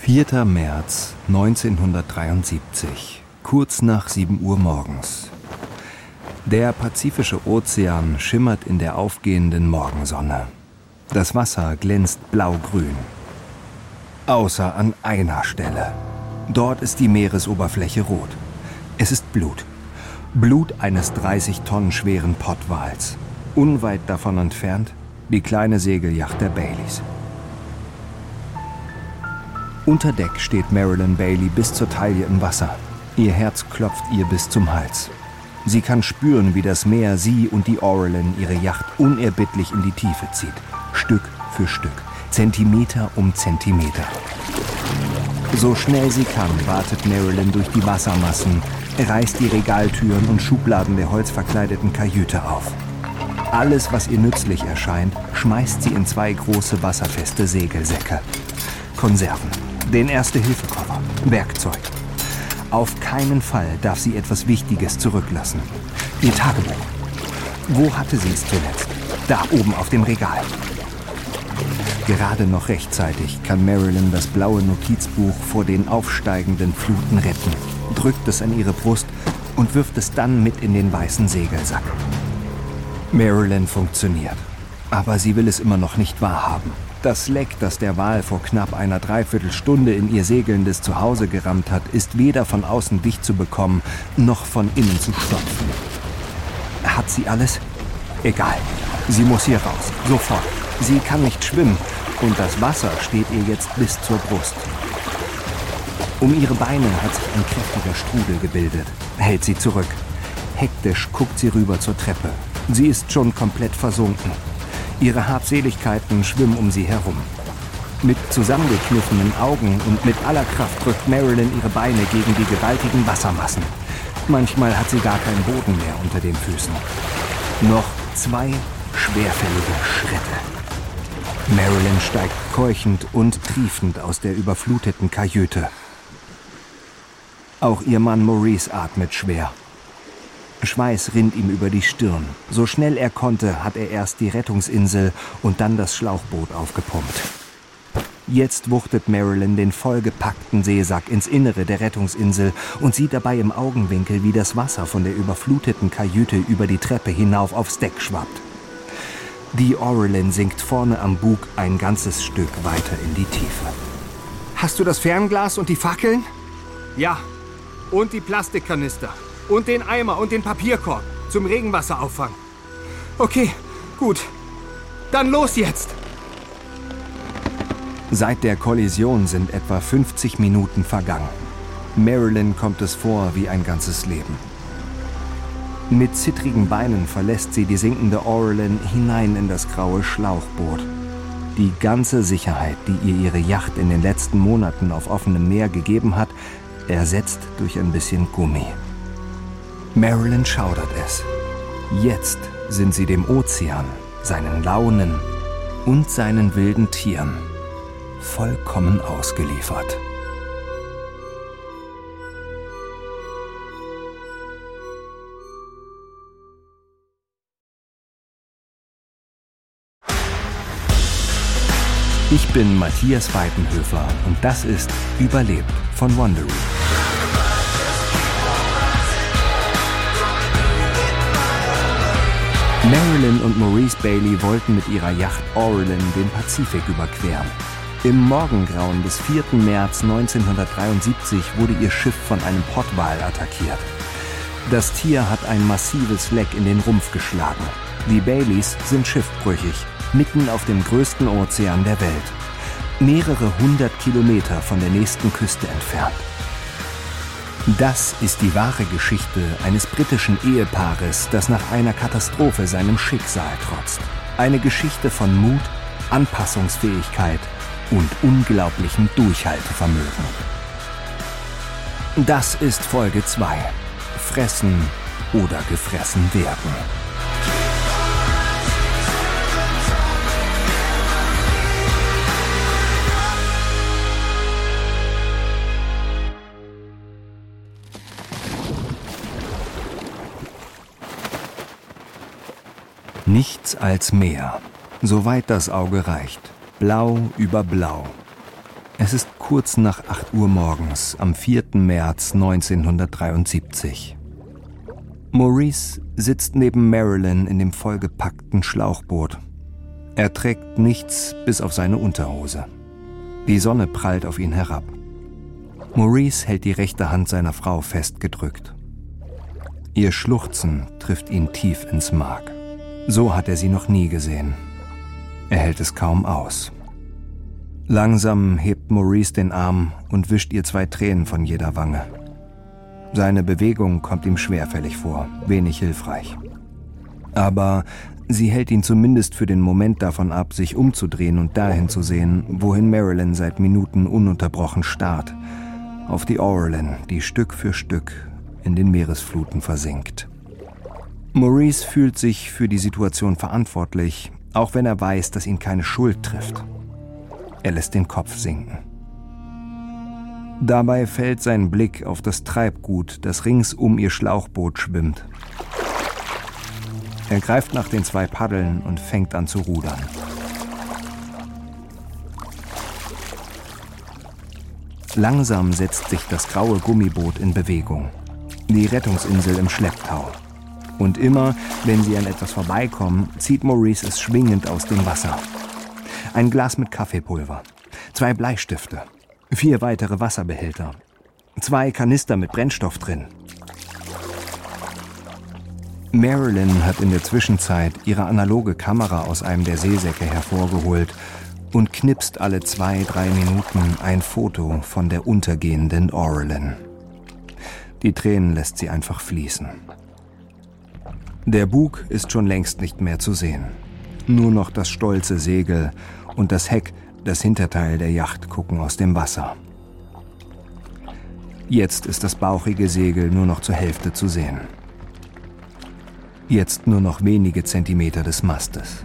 4. März 1973, kurz nach 7 Uhr morgens. Der Pazifische Ozean schimmert in der aufgehenden Morgensonne. Das Wasser glänzt blau-grün. Außer an einer Stelle. Dort ist die Meeresoberfläche rot. Es ist Blut. Blut eines 30 Tonnen schweren Pottwals. Unweit davon entfernt die kleine Segelyacht der Baileys. Unter Deck steht Marilyn Bailey bis zur Taille im Wasser. Ihr Herz klopft ihr bis zum Hals. Sie kann spüren, wie das Meer sie und die Orlin ihre Yacht unerbittlich in die Tiefe zieht. Stück für Stück, Zentimeter um Zentimeter. So schnell sie kann, wartet Marilyn durch die Wassermassen, reißt die Regaltüren und Schubladen der holzverkleideten Kajüte auf. Alles, was ihr nützlich erscheint, schmeißt sie in 2 große wasserfeste Segelsäcke. Konserven, den Erste-Hilfe-Koffer, Werkzeug. Auf keinen Fall darf sie etwas Wichtiges zurücklassen. Ihr Tagebuch. Wo hatte sie es zuletzt? Da oben auf dem Regal. Gerade noch rechtzeitig kann Marilyn das blaue Notizbuch vor den aufsteigenden Fluten retten, drückt es an ihre Brust und wirft es dann mit in den weißen Segelsack. Marilyn funktioniert, aber sie will es immer noch nicht wahrhaben. Das Leck, das der Wal vor knapp einer Dreiviertelstunde in ihr segelndes Zuhause gerammt hat, ist weder von außen dicht zu bekommen, noch von innen zu stopfen. Hat sie alles? Egal. Sie muss hier raus. Sofort. Sie kann nicht schwimmen und das Wasser steht ihr jetzt bis zur Brust. Um ihre Beine hat sich ein kräftiger Strudel gebildet. Hält sie zurück. Hektisch guckt sie rüber zur Treppe. Sie ist schon komplett versunken. Ihre Habseligkeiten schwimmen um sie herum. Mit zusammengekniffenen Augen und mit aller Kraft drückt Marilyn ihre Beine gegen die gewaltigen Wassermassen. Manchmal hat sie gar keinen Boden mehr unter den Füßen. Noch 2 schwerfällige Schritte. Marilyn steigt keuchend und triefend aus der überfluteten Kajüte. Auch ihr Mann Maurice atmet schwer. Schweiß rinnt ihm über die Stirn. So schnell er konnte, hat er erst die Rettungsinsel und dann das Schlauchboot aufgepumpt. Jetzt wuchtet Marilyn den vollgepackten Seesack ins Innere der Rettungsinsel und sieht dabei im Augenwinkel, wie das Wasser von der überfluteten Kajüte über die Treppe hinauf aufs Deck schwappt. Die Orlin sinkt vorne am Bug ein ganzes Stück weiter in die Tiefe. Hast du das Fernglas und die Fackeln? Ja. Und die Plastikkanister. Und den Eimer und den Papierkorb zum Regenwasserauffang. Okay, gut. Dann los jetzt! Seit der Kollision sind etwa 50 Minuten vergangen. Marilyn kommt es vor wie ein ganzes Leben. Mit zittrigen Beinen verlässt sie die sinkende Orlin hinein in das graue Schlauchboot. Die ganze Sicherheit, die ihr ihre Yacht in den letzten Monaten auf offenem Meer gegeben hat, ersetzt durch ein bisschen Gummi. Marilyn schaudert es. Jetzt sind sie dem Ozean, seinen Launen und seinen wilden Tieren vollkommen ausgeliefert. Ich bin Matthias Weidenhöfer und das ist Überlebt von Wondery. Marilyn und Maurice Bailey wollten mit ihrer Yacht Orlin den Pazifik überqueren. Im Morgengrauen des 4. März 1973 wurde ihr Schiff von einem Pottwal attackiert. Das Tier hat ein massives Leck in den Rumpf geschlagen. Die Baileys sind schiffbrüchig, mitten auf dem größten Ozean der Welt. Mehrere 100 Kilometer von der nächsten Küste entfernt. Das ist die wahre Geschichte eines britischen Ehepaares, das nach einer Katastrophe seinem Schicksal trotzt. Eine Geschichte von Mut, Anpassungsfähigkeit und unglaublichem Durchhaltevermögen. Das ist Folge 2. Fressen oder gefressen werden. Nichts als Meer, soweit das Auge reicht. Blau über Blau. Es ist kurz nach 8 Uhr morgens am 4. März 1973. Maurice sitzt neben Marilyn in dem vollgepackten Schlauchboot. Er trägt nichts bis auf seine Unterhose. Die Sonne prallt auf ihn herab. Maurice hält die rechte Hand seiner Frau festgedrückt. Ihr Schluchzen trifft ihn tief ins Mark. So hat er sie noch nie gesehen. Er hält es kaum aus. Langsam hebt Maurice den Arm und wischt ihr 2 Tränen von jeder Wange. Seine Bewegung kommt ihm schwerfällig vor, wenig hilfreich. Aber sie hält ihn zumindest für den Moment davon ab, sich umzudrehen und dahin zu sehen, wohin Marilyn seit Minuten ununterbrochen starrt. Auf die Orlin, die Stück für Stück in den Meeresfluten versinkt. Maurice fühlt sich für die Situation verantwortlich, auch wenn er weiß, dass ihn keine Schuld trifft. Er lässt den Kopf sinken. Dabei fällt sein Blick auf das Treibgut, das rings um ihr Schlauchboot schwimmt. Er greift nach den 2 Paddeln und fängt an zu rudern. Langsam setzt sich das graue Gummiboot in Bewegung. Die Rettungsinsel im Schlepptau. Und immer, wenn sie an etwas vorbeikommen, zieht Maurice es schwingend aus dem Wasser. Ein Glas mit Kaffeepulver, 2 Bleistifte, 4 weitere Wasserbehälter, 2 Kanister mit Brennstoff drin. Marilyn hat in der Zwischenzeit ihre analoge Kamera aus einem der Seesäcke hervorgeholt und knipst alle 2-3 Minuten ein Foto von der untergehenden Orlin. Die Tränen lässt sie einfach fließen. Der Bug ist schon längst nicht mehr zu sehen. Nur noch das stolze Segel und das Heck, das Hinterteil der Yacht gucken aus dem Wasser. Jetzt ist das bauchige Segel nur noch zur Hälfte zu sehen. Jetzt nur noch wenige Zentimeter des Mastes.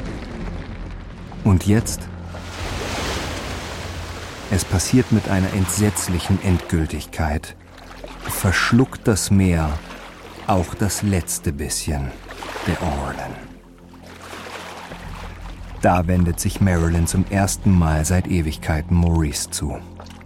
Und jetzt? Es passiert mit einer entsetzlichen Endgültigkeit. Verschluckt das Meer auch das letzte bisschen der Orlin. Da wendet sich Marilyn zum ersten Mal seit Ewigkeiten Maurice zu.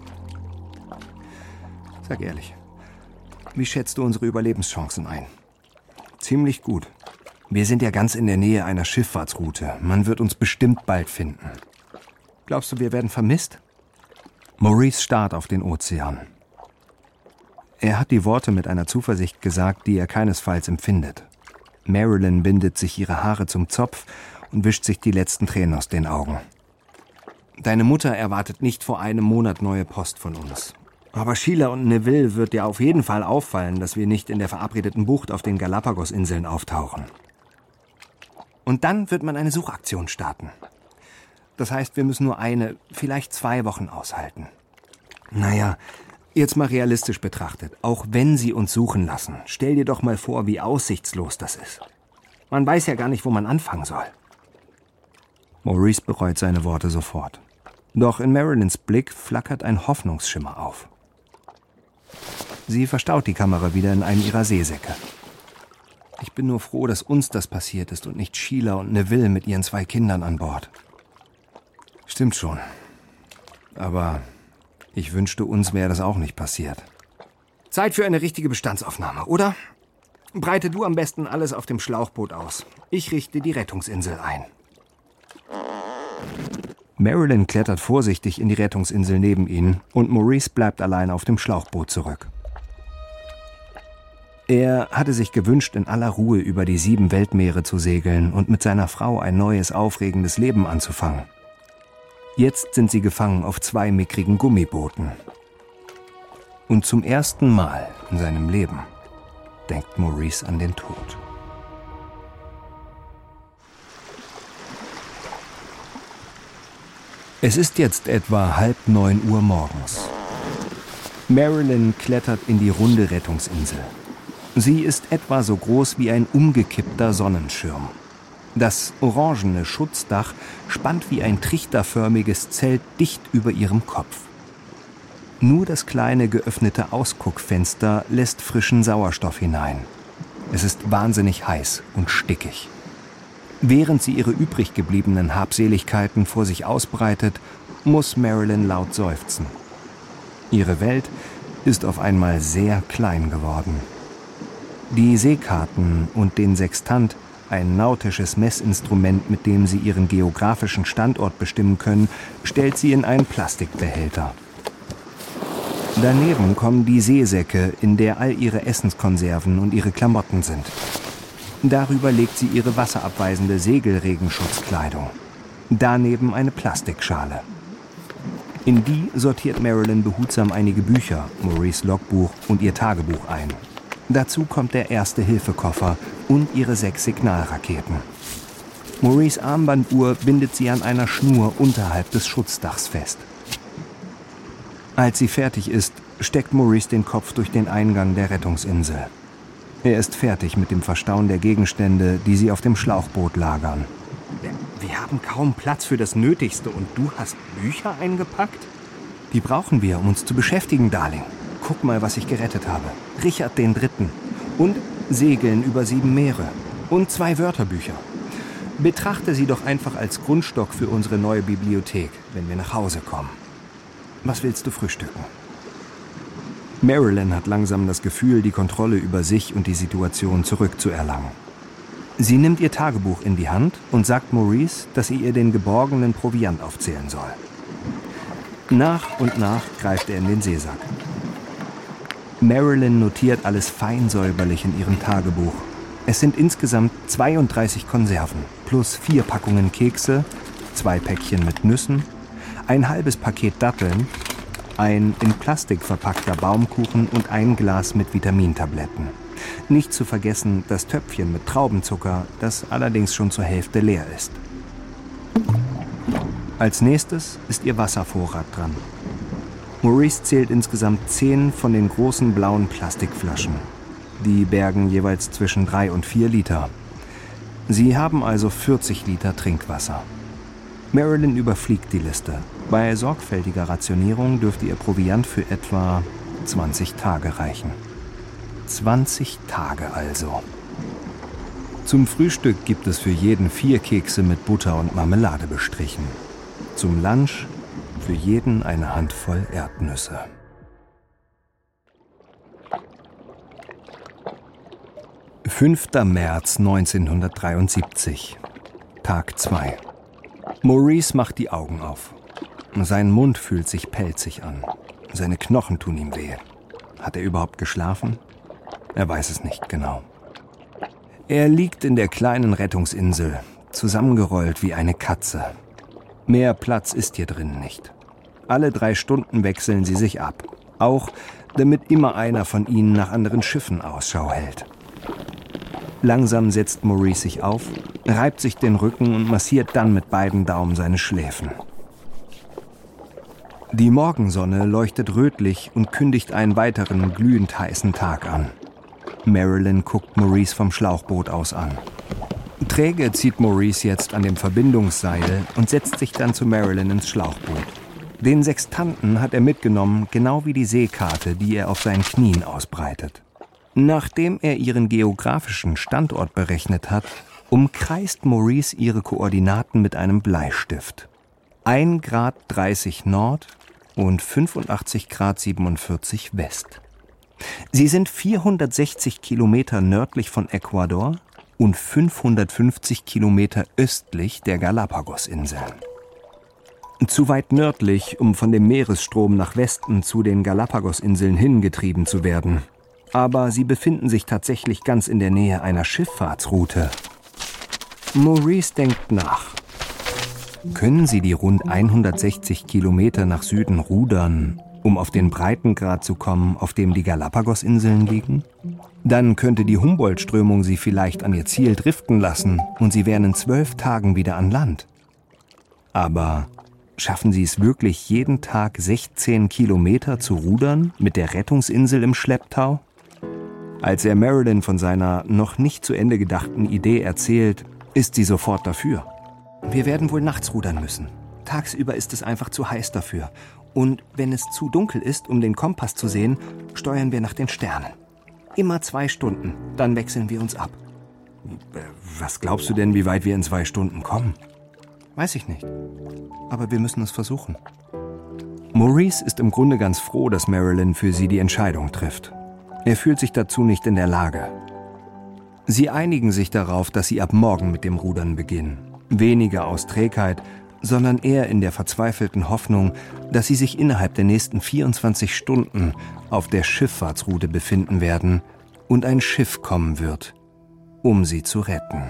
Sag ehrlich, wie schätzt du unsere Überlebenschancen ein? Ziemlich gut. Wir sind ja ganz in der Nähe einer Schifffahrtsroute. Man wird uns bestimmt bald finden. Glaubst du, wir werden vermisst? Maurice starrt auf den Ozean. Er hat die Worte mit einer Zuversicht gesagt, die er keinesfalls empfindet. Marilyn bindet sich ihre Haare zum Zopf und wischt sich die letzten Tränen aus den Augen. Deine Mutter erwartet nicht vor einem Monat neue Post von uns. Aber Sheila und Neville wird dir auf jeden Fall auffallen, dass wir nicht in der verabredeten Bucht auf den Galapagos-Inseln auftauchen. Und dann wird man eine Suchaktion starten. Das heißt, wir müssen nur 1, vielleicht 2 Wochen aushalten. Naja, jetzt mal realistisch betrachtet, auch wenn sie uns suchen lassen, stell dir doch mal vor, wie aussichtslos das ist. Man weiß ja gar nicht, wo man anfangen soll. Maurice bereut seine Worte sofort. Doch in Marilyns Blick flackert ein Hoffnungsschimmer auf. Sie verstaut die Kamera wieder in einem ihrer Seesäcke. Ich bin nur froh, dass uns das passiert ist und nicht Sheila und Neville mit ihren 2 Kindern an Bord. Stimmt schon. Aber ich wünschte, uns wäre das auch nicht passiert. Zeit für eine richtige Bestandsaufnahme, oder? Breite du am besten alles auf dem Schlauchboot aus. Ich richte die Rettungsinsel ein. Marilyn klettert vorsichtig in die Rettungsinsel neben ihnen und Maurice bleibt allein auf dem Schlauchboot zurück. Er hatte sich gewünscht, in aller Ruhe über die 7 Weltmeere zu segeln und mit seiner Frau ein neues, aufregendes Leben anzufangen. Jetzt sind sie gefangen auf 2 mickrigen Gummibooten. Und zum ersten Mal in seinem Leben denkt Maurice an den Tod. Es ist jetzt etwa 8:30 Uhr morgens. Marilyn klettert in die runde Rettungsinsel. Sie ist etwa so groß wie ein umgekippter Sonnenschirm. Das orangene Schutzdach spannt wie ein trichterförmiges Zelt dicht über ihrem Kopf. Nur das kleine geöffnete Ausguckfenster lässt frischen Sauerstoff hinein. Es ist wahnsinnig heiß und stickig. Während sie ihre übrig gebliebenen Habseligkeiten vor sich ausbreitet, muss Marilyn laut seufzen. Ihre Welt ist auf einmal sehr klein geworden. Die Seekarten und den Sextant, ein nautisches Messinstrument, mit dem sie ihren geografischen Standort bestimmen können, stellt sie in einen Plastikbehälter. Daneben kommen die Seesäcke, in der all ihre Essenskonserven und ihre Klamotten sind. Darüber legt sie ihre wasserabweisende Segelregenschutzkleidung. Daneben eine Plastikschale. In die sortiert Marilyn behutsam einige Bücher, Maurice Logbuch und ihr Tagebuch ein. Dazu kommt der Erste-Hilfe-Koffer und ihre 6 Signalraketen. Maurice' Armbanduhr bindet sie an einer Schnur unterhalb des Schutzdachs fest. Als sie fertig ist, steckt Maurice den Kopf durch den Eingang der Rettungsinsel. Er ist fertig mit dem Verstauen der Gegenstände, die sie auf dem Schlauchboot lagern. Wir haben kaum Platz für das Nötigste und du hast Bücher eingepackt? Die brauchen wir, um uns zu beschäftigen, Darling. Guck mal, was ich gerettet habe. Richard III. Und Segeln über 7 Meere. Und 2 Wörterbücher. Betrachte sie doch einfach als Grundstock für unsere neue Bibliothek, wenn wir nach Hause kommen. Was willst du frühstücken? Marilyn hat langsam das Gefühl, die Kontrolle über sich und die Situation zurückzuerlangen. Sie nimmt ihr Tagebuch in die Hand und sagt Maurice, dass sie ihr den geborgenen Proviant aufzählen soll. Nach und nach greift er in den Seesack. Marilyn notiert alles fein säuberlich in ihrem Tagebuch. Es sind insgesamt 32 Konserven, plus 4 Packungen Kekse, 2 Päckchen mit Nüssen, ein halbes Paket Datteln, ein in Plastik verpackter Baumkuchen und ein Glas mit Vitamintabletten. Nicht zu vergessen das Töpfchen mit Traubenzucker, das allerdings schon zur Hälfte leer ist. Als nächstes ist ihr Wasservorrat dran. Maurice zählt insgesamt 10 von den großen blauen Plastikflaschen. Die bergen jeweils zwischen 3 und 4 Liter. Sie haben also 40 Liter Trinkwasser. Marilyn überfliegt die Liste. Bei sorgfältiger Rationierung dürfte ihr Proviant für etwa 20 Tage reichen. 20 Tage also. Zum Frühstück gibt es für jeden 4 Kekse mit Butter und Marmelade bestrichen. Zum Lunch für jeden eine Handvoll Erdnüsse. »5. März 1973, Tag 2. Maurice macht die Augen auf. Sein Mund fühlt sich pelzig an. Seine Knochen tun ihm weh. Hat er überhaupt geschlafen? Er weiß es nicht genau. Er liegt in der kleinen Rettungsinsel, zusammengerollt wie eine Katze. Mehr Platz ist hier drin nicht. Alle 3 Stunden wechseln sie sich ab. Auch damit immer einer von ihnen nach anderen Schiffen Ausschau hält. Langsam setzt Maurice sich auf, reibt sich den Rücken und massiert dann mit beiden Daumen seine Schläfen. Die Morgensonne leuchtet rötlich und kündigt einen weiteren glühend heißen Tag an. Marilyn guckt Maurice vom Schlauchboot aus an. Träge zieht Maurice jetzt an dem Verbindungsseil und setzt sich dann zu Marilyn ins Schlauchboot. Den Sextanten hat er mitgenommen, genau wie die Seekarte, die er auf seinen Knien ausbreitet. Nachdem er ihren geografischen Standort berechnet hat, umkreist Maurice ihre Koordinaten mit einem Bleistift. 1 Grad 30 Nord und 85 Grad 47 West. Sie sind 460 Kilometer nördlich von Ecuador und 550 Kilometer östlich der Galapagos-Inseln. Zu weit nördlich, um von dem Meeresstrom nach Westen zu den Galapagos-Inseln hingetrieben zu werden. Aber sie befinden sich tatsächlich ganz in der Nähe einer Schifffahrtsroute. Maurice denkt nach. Können Sie die rund 160 Kilometer nach Süden rudern, um auf den Breitengrad zu kommen, auf dem die Galapagos-Inseln liegen? Dann könnte die Humboldt-Strömung Sie vielleicht an Ihr Ziel driften lassen und Sie wären in 12 Tagen wieder an Land. Aber schaffen Sie es wirklich jeden Tag 16 Kilometer zu rudern mit der Rettungsinsel im Schlepptau? Als er Marilyn von seiner noch nicht zu Ende gedachten Idee erzählt, ist sie sofort dafür. Wir werden wohl nachts rudern müssen. Tagsüber ist es einfach zu heiß dafür. Und wenn es zu dunkel ist, um den Kompass zu sehen, steuern wir nach den Sternen. Immer 2 Stunden, dann wechseln wir uns ab. Was glaubst du denn, wie weit wir in 2 Stunden kommen? Weiß ich nicht. Aber wir müssen es versuchen. Maurice ist im Grunde ganz froh, dass Marilyn für sie die Entscheidung trifft. Er fühlt sich dazu nicht in der Lage. Sie einigen sich darauf, dass sie ab morgen mit dem Rudern beginnen. Weniger aus Trägheit, sondern eher in der verzweifelten Hoffnung, dass sie sich innerhalb der nächsten 24 Stunden auf der Schifffahrtsroute befinden werden und ein Schiff kommen wird, um sie zu retten.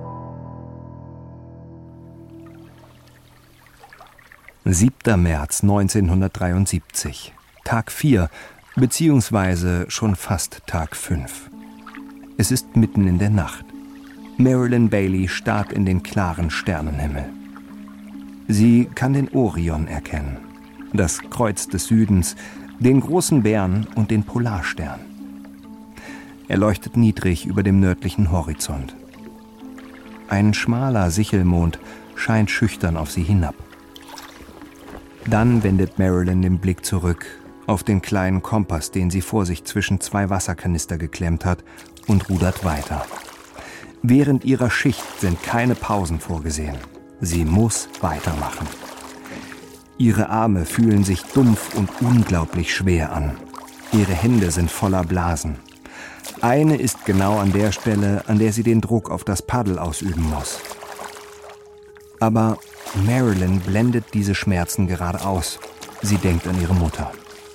»7. März 1973, Tag 4, beziehungsweise schon fast Tag 5. Es ist mitten in der Nacht. Marilyn Bailey starrt in den klaren Sternenhimmel. Sie kann den Orion erkennen, das Kreuz des Südens, den großen Bären und den Polarstern. Er leuchtet niedrig über dem nördlichen Horizont. Ein schmaler Sichelmond scheint schüchtern auf sie hinab. Dann wendet Marilyn den Blick zurück auf den kleinen Kompass, den sie vor sich zwischen 2 Wasserkanister geklemmt hat, und rudert weiter. Während ihrer Schicht sind keine Pausen vorgesehen. Sie muss weitermachen. Ihre Arme fühlen sich dumpf und unglaublich schwer an. Ihre Hände sind voller Blasen. Eine ist genau an der Stelle, an der sie den Druck auf das Paddel ausüben muss. Aber Marilyn blendet diese Schmerzen gerade aus. Sie denkt an ihre Mutter.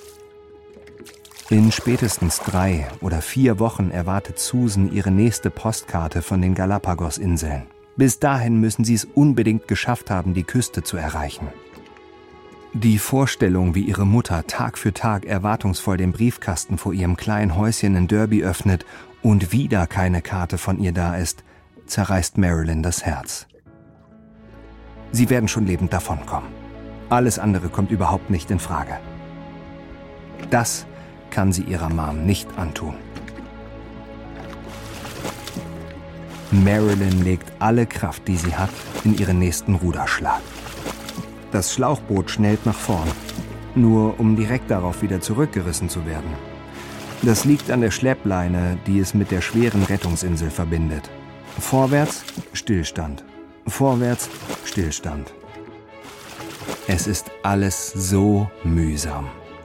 In spätestens 3 oder 4 Wochen erwartet Susan ihre nächste Postkarte von den Galapagos-Inseln. Bis dahin müssen sie es unbedingt geschafft haben, die Küste zu erreichen. Die Vorstellung, wie ihre Mutter Tag für Tag erwartungsvoll den Briefkasten vor ihrem kleinen Häuschen in Derby öffnet und wieder keine Karte von ihr da ist, zerreißt Marilyn das Herz. Sie werden schon lebend davonkommen. Alles andere kommt überhaupt nicht in Frage. Das kann sie ihrer Mom nicht antun. Marilyn legt alle Kraft, die sie hat, in ihren nächsten Ruderschlag. Das Schlauchboot schnellt nach vorn, nur um direkt darauf wieder zurückgerissen zu werden. Das liegt an der Schleppleine, die es mit der schweren Rettungsinsel verbindet. Vorwärts, Stillstand. Vorwärts, Stillstand. Es ist alles so mühsam.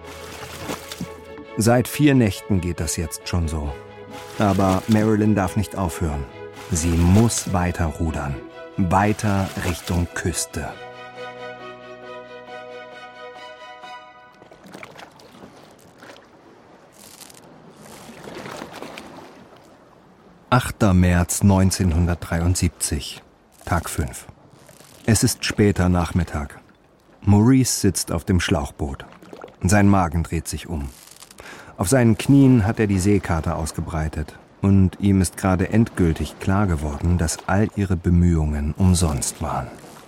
Seit 4 Nächten geht das jetzt schon so. Aber Marilyn darf nicht aufhören. Sie muss weiter rudern. Weiter Richtung Küste. »8. März 1973, Tag 5. Es ist später Nachmittag. Maurice sitzt auf dem Schlauchboot. Sein Magen dreht sich um. Auf seinen Knien hat er die Seekarte ausgebreitet. Und ihm ist gerade endgültig klar geworden, dass all ihre Bemühungen umsonst waren.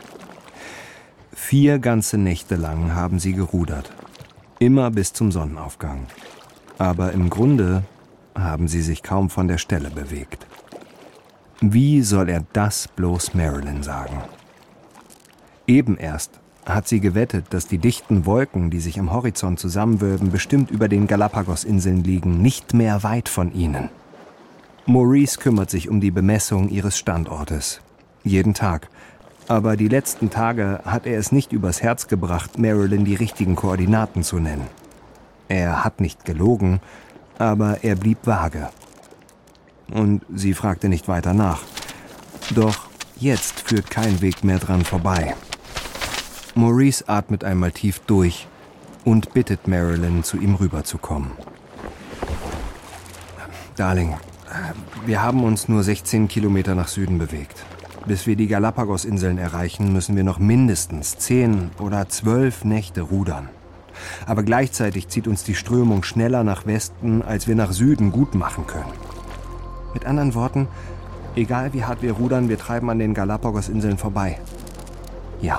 4 ganze Nächte lang haben sie gerudert. Immer bis zum Sonnenaufgang. Aber im Grunde haben sie sich kaum von der Stelle bewegt. Wie soll er das bloß Marilyn sagen? Eben erst hat sie gewettet, dass die dichten Wolken, die sich am Horizont zusammenwölben, bestimmt über den Galapagos-Inseln liegen, nicht mehr weit von ihnen. Maurice kümmert sich um die Bemessung ihres Standortes. Jeden Tag. Aber die letzten Tage hat er es nicht übers Herz gebracht, Marilyn die richtigen Koordinaten zu nennen. Er hat nicht gelogen, aber er blieb vage. Und sie fragte nicht weiter nach. Doch jetzt führt kein Weg mehr dran vorbei. Maurice atmet einmal tief durch und bittet Marilyn, zu ihm rüberzukommen. »Darling, wir haben uns nur 16 Kilometer nach Süden bewegt. Bis wir die Galapagos-Inseln erreichen, müssen wir noch mindestens 10 oder 12 Nächte rudern. Aber gleichzeitig zieht uns die Strömung schneller nach Westen, als wir nach Süden gut machen können. Mit anderen Worten, egal wie hart wir rudern, wir treiben an den Galapagos-Inseln vorbei. Ja.«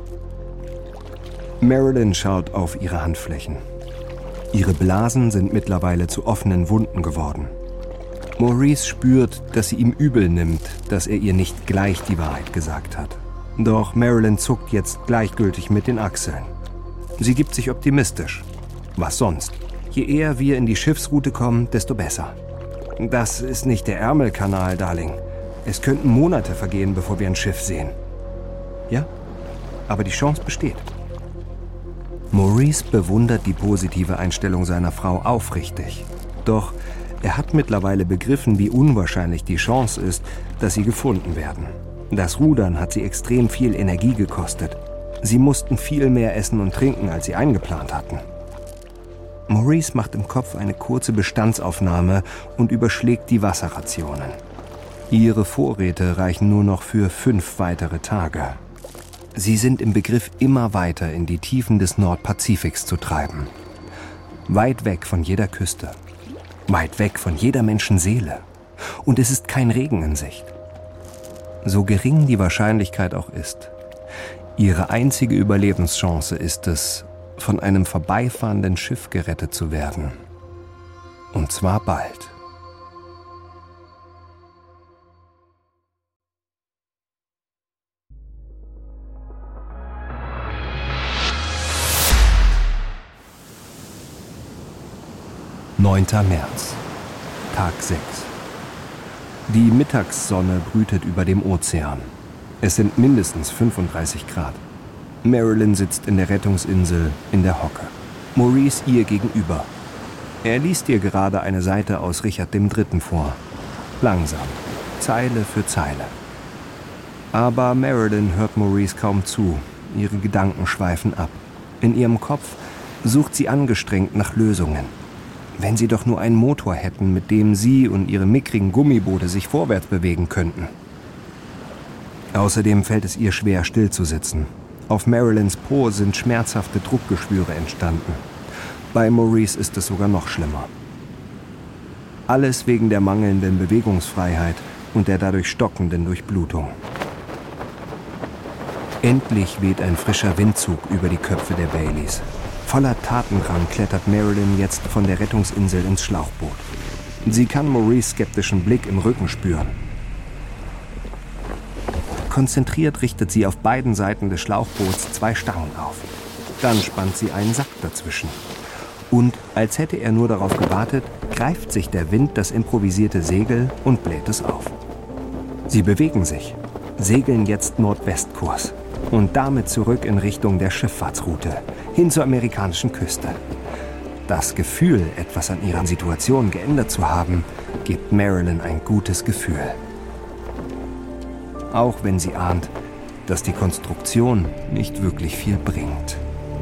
Marilyn schaut auf ihre Handflächen. Ihre Blasen sind mittlerweile zu offenen Wunden geworden. Maurice spürt, dass sie ihm übel nimmt, dass er ihr nicht gleich die Wahrheit gesagt hat. Doch Marilyn zuckt jetzt gleichgültig mit den Achseln. Sie gibt sich optimistisch. Was sonst? Je eher wir in die Schiffsroute kommen, desto besser. Das ist nicht der Ärmelkanal, Darling. Es könnten Monate vergehen, bevor wir ein Schiff sehen. Ja, aber die Chance besteht. Maurice bewundert die positive Einstellung seiner Frau aufrichtig. Doch er hat mittlerweile begriffen, wie unwahrscheinlich die Chance ist, dass sie gefunden werden. Das Rudern hat sie extrem viel Energie gekostet. Sie mussten viel mehr essen und trinken, als sie eingeplant hatten. Maurice macht im Kopf eine kurze Bestandsaufnahme und überschlägt die Wasserrationen. Ihre Vorräte reichen nur noch für 5 weitere Tage. Sie sind im Begriff, immer weiter in die Tiefen des Nordpazifiks zu treiben. Weit weg von jeder Küste. Weit weg von jeder Menschenseele. Und es ist kein Regen in Sicht. So gering die Wahrscheinlichkeit auch ist, ihre einzige Überlebenschance ist es, von einem vorbeifahrenden Schiff gerettet zu werden. Und zwar bald. März, Tag 6. Die Mittagssonne brütet über dem Ozean. Es sind mindestens 35 Grad. Marilyn sitzt in der Rettungsinsel in der Hocke. Maurice ihr gegenüber. Er liest ihr gerade eine Seite aus Richard III. Vor. Langsam, Zeile für Zeile. Aber Marilyn hört Maurice kaum zu. Ihre Gedanken schweifen ab. In ihrem Kopf sucht sie angestrengt nach Lösungen. Wenn sie doch nur einen Motor hätten, mit dem sie und ihre mickrigen Gummiboote sich vorwärts bewegen könnten. Außerdem fällt es ihr schwer, stillzusitzen. Auf Marilyns Po sind schmerzhafte Druckgeschwüre entstanden. Bei Maurice ist es sogar noch schlimmer. Alles wegen der mangelnden Bewegungsfreiheit und der dadurch stockenden Durchblutung. Endlich weht ein frischer Windzug über die Köpfe der Baileys. Voller Tatendrang klettert Marilyn jetzt von der Rettungsinsel ins Schlauchboot. Sie kann Maurice' skeptischen Blick im Rücken spüren. Konzentriert richtet sie auf beiden Seiten des Schlauchboots 2 Stangen auf. Dann spannt sie einen Sack dazwischen. Und, als hätte er nur darauf gewartet, greift sich der Wind das improvisierte Segel und bläht es auf. Sie bewegen sich, segeln jetzt Nordwestkurs und damit zurück in Richtung der Schifffahrtsroute, hin zur amerikanischen Küste. Das Gefühl, etwas an ihrer Situation geändert zu haben, gibt Marilyn ein gutes Gefühl. Auch wenn sie ahnt, dass die Konstruktion nicht wirklich viel bringt.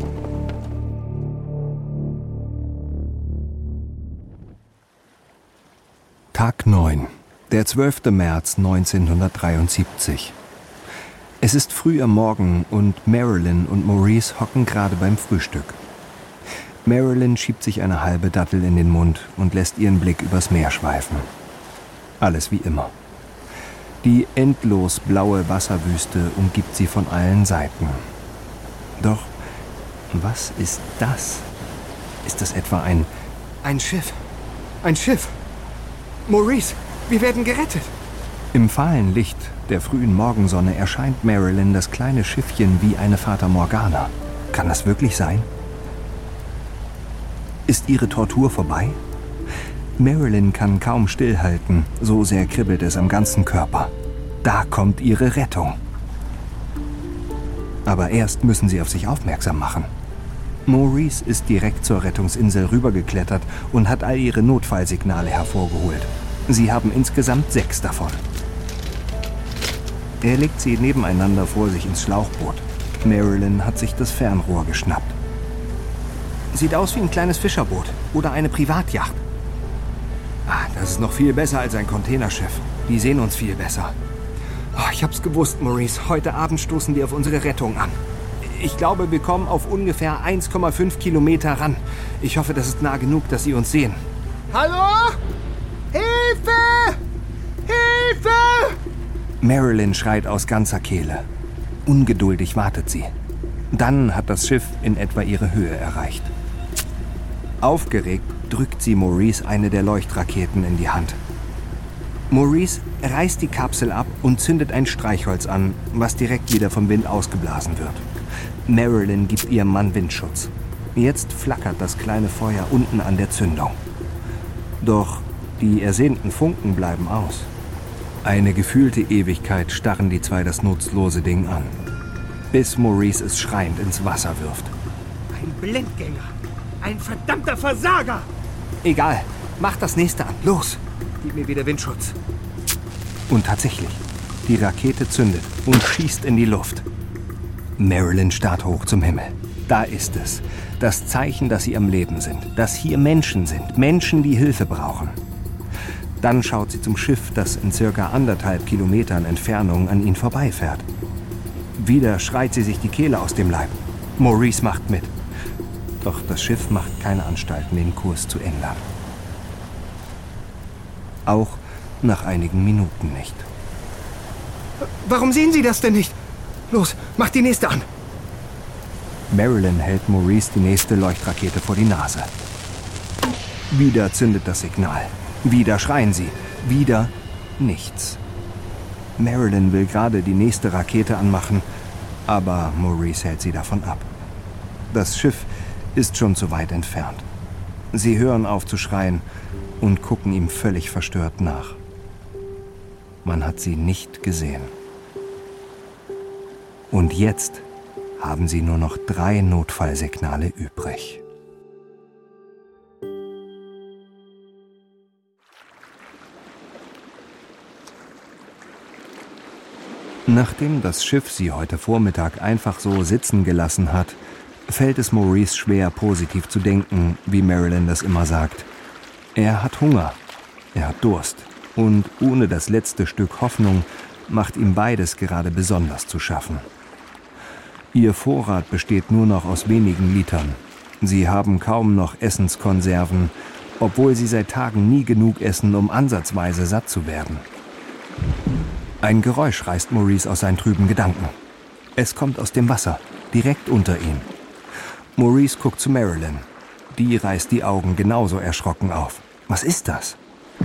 Tag 9, der 12. März 1973. Es ist früh am Morgen und Marilyn und Maurice hocken gerade beim Frühstück. Marilyn schiebt sich eine halbe Dattel in den Mund und lässt ihren Blick übers Meer schweifen. Alles wie immer. Die endlos blaue Wasserwüste umgibt sie von allen Seiten. Doch, was ist das? Ist das etwa ein Schiff? Ein Schiff! Maurice, wir werden gerettet! Im fahlen Licht der frühen Morgensonne erscheint Marilyn das kleine Schiffchen wie eine Fata Morgana. Kann das wirklich sein? Ist ihre Tortur vorbei? Marilyn kann kaum stillhalten, so sehr kribbelt es am ganzen Körper. Da kommt ihre Rettung. Aber erst müssen sie auf sich aufmerksam machen. Maurice ist direkt zur Rettungsinsel rübergeklettert und hat all ihre Notfallsignale hervorgeholt. Sie haben insgesamt 6 davon. Er legt sie nebeneinander vor sich ins Schlauchboot. Marilyn hat sich das Fernrohr geschnappt. Sieht aus wie ein kleines Fischerboot oder eine Privatjacht. Das ist noch viel besser als ein Containerschiff. Die sehen uns viel besser. Ich hab's gewusst, Maurice. Heute Abend stoßen wir auf unsere Rettung an. Ich glaube, wir kommen auf ungefähr 1,5 Kilometer ran. Ich hoffe, das ist nah genug, dass Sie uns sehen. Hallo? Hilfe! Hilfe! Marilyn schreit aus ganzer Kehle. Ungeduldig wartet sie. Dann hat das Schiff in etwa ihre Höhe erreicht. Aufgeregt drückt sie Maurice eine der Leuchtraketen in die Hand. Maurice reißt die Kapsel ab und zündet ein Streichholz an, was direkt wieder vom Wind ausgeblasen wird. Marilyn gibt ihrem Mann Windschutz. Jetzt flackert das kleine Feuer unten an der Zündung. Doch die ersehnten Funken bleiben aus. Eine gefühlte Ewigkeit starren die zwei das nutzlose Ding an, bis Maurice es schreiend ins Wasser wirft. Ein Blindgänger. Ein verdammter Versager. Egal, mach das nächste an. Los! Gib mir wieder Windschutz. Und tatsächlich, die Rakete zündet und schießt in die Luft. Marilyn starrt hoch zum Himmel. Da ist es. Das Zeichen, dass sie am Leben sind. Dass hier Menschen sind. Menschen, die Hilfe brauchen. Dann schaut sie zum Schiff, das in circa 1,5 Kilometern Entfernung an ihnen vorbeifährt. Wieder schreit sie sich die Kehle aus dem Leib. Maurice macht mit. Doch das Schiff macht keine Anstalten, den Kurs zu ändern. Auch nach einigen Minuten nicht. Warum sehen Sie das denn nicht? Los, mach die nächste an. Marilyn hält Maurice die nächste Leuchtrakete vor die Nase. Wieder zündet das Signal. Wieder schreien sie. Wieder nichts. Marilyn will gerade die nächste Rakete anmachen, aber Maurice hält sie davon ab. Das Schiff ist schon zu weit entfernt. Sie hören auf zu schreien und gucken ihm völlig verstört nach. Man hat sie nicht gesehen. Und jetzt haben sie nur noch 3 Notfallsignale übrig. Nachdem das Schiff sie heute Vormittag einfach so sitzen gelassen hat, fällt es Maurice schwer, positiv zu denken, wie Marilyn das immer sagt. Er hat Hunger, er hat Durst und ohne das letzte Stück Hoffnung macht ihm beides gerade besonders zu schaffen. Ihr Vorrat besteht nur noch aus wenigen Litern. Sie haben kaum noch Essenskonserven, obwohl sie seit Tagen nie genug essen, um ansatzweise satt zu werden. Ein Geräusch reißt Maurice aus seinen trüben Gedanken. Es kommt aus dem Wasser, direkt unter ihm. Maurice guckt zu Marilyn. Die reißt die Augen genauso erschrocken auf. Was ist das?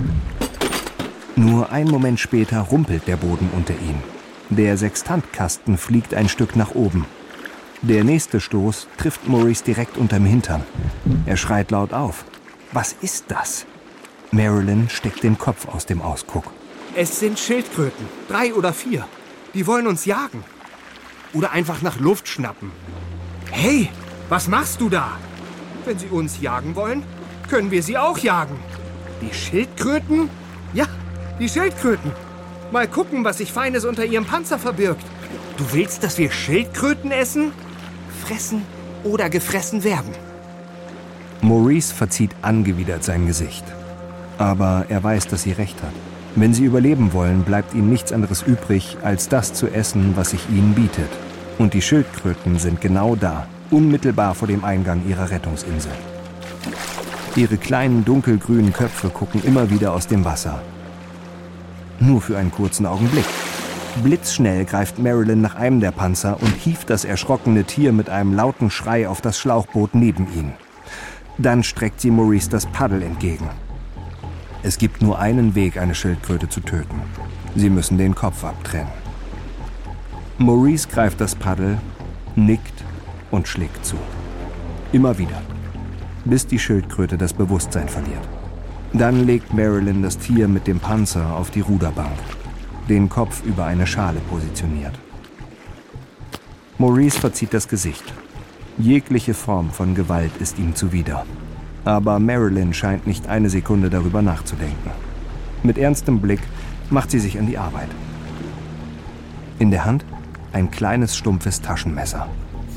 Nur einen Moment später rumpelt der Boden unter ihm. Der Sextantkasten fliegt ein Stück nach oben. Der nächste Stoß trifft Maurice direkt unterm Hintern. Er schreit laut auf. Was ist das? Marilyn steckt den Kopf aus dem Ausguck. Es sind Schildkröten. 3 oder 4. Die wollen uns jagen. Oder einfach nach Luft schnappen. Hey, was machst du da? Wenn sie uns jagen wollen, können wir sie auch jagen. Die Schildkröten? Ja, die Schildkröten. Mal gucken, was sich Feines unter ihrem Panzer verbirgt. Du willst, dass wir Schildkröten essen? Fressen oder gefressen werden? Maurice verzieht angewidert sein Gesicht. Aber er weiß, dass sie recht hat. Wenn sie überleben wollen, bleibt ihnen nichts anderes übrig, als das zu essen, was sich ihnen bietet. Und die Schildkröten sind genau da, unmittelbar vor dem Eingang ihrer Rettungsinsel. Ihre kleinen dunkelgrünen Köpfe gucken immer wieder aus dem Wasser. Nur für einen kurzen Augenblick. Blitzschnell greift Marilyn nach einem der Panzer und hieft das erschrockene Tier mit einem lauten Schrei auf das Schlauchboot neben ihn. Dann streckt sie Maurice das Paddel entgegen. Es gibt nur einen Weg, eine Schildkröte zu töten. Sie müssen den Kopf abtrennen. Maurice greift das Paddel, nickt und schlägt zu. Immer wieder, bis die Schildkröte das Bewusstsein verliert. Dann legt Marilyn das Tier mit dem Panzer auf die Ruderbank, den Kopf über eine Schale positioniert. Maurice verzieht das Gesicht. Jegliche Form von Gewalt ist ihm zuwider. Aber Marilyn scheint nicht eine Sekunde darüber nachzudenken. Mit ernstem Blick macht sie sich an die Arbeit. In der Hand ein kleines, stumpfes Taschenmesser.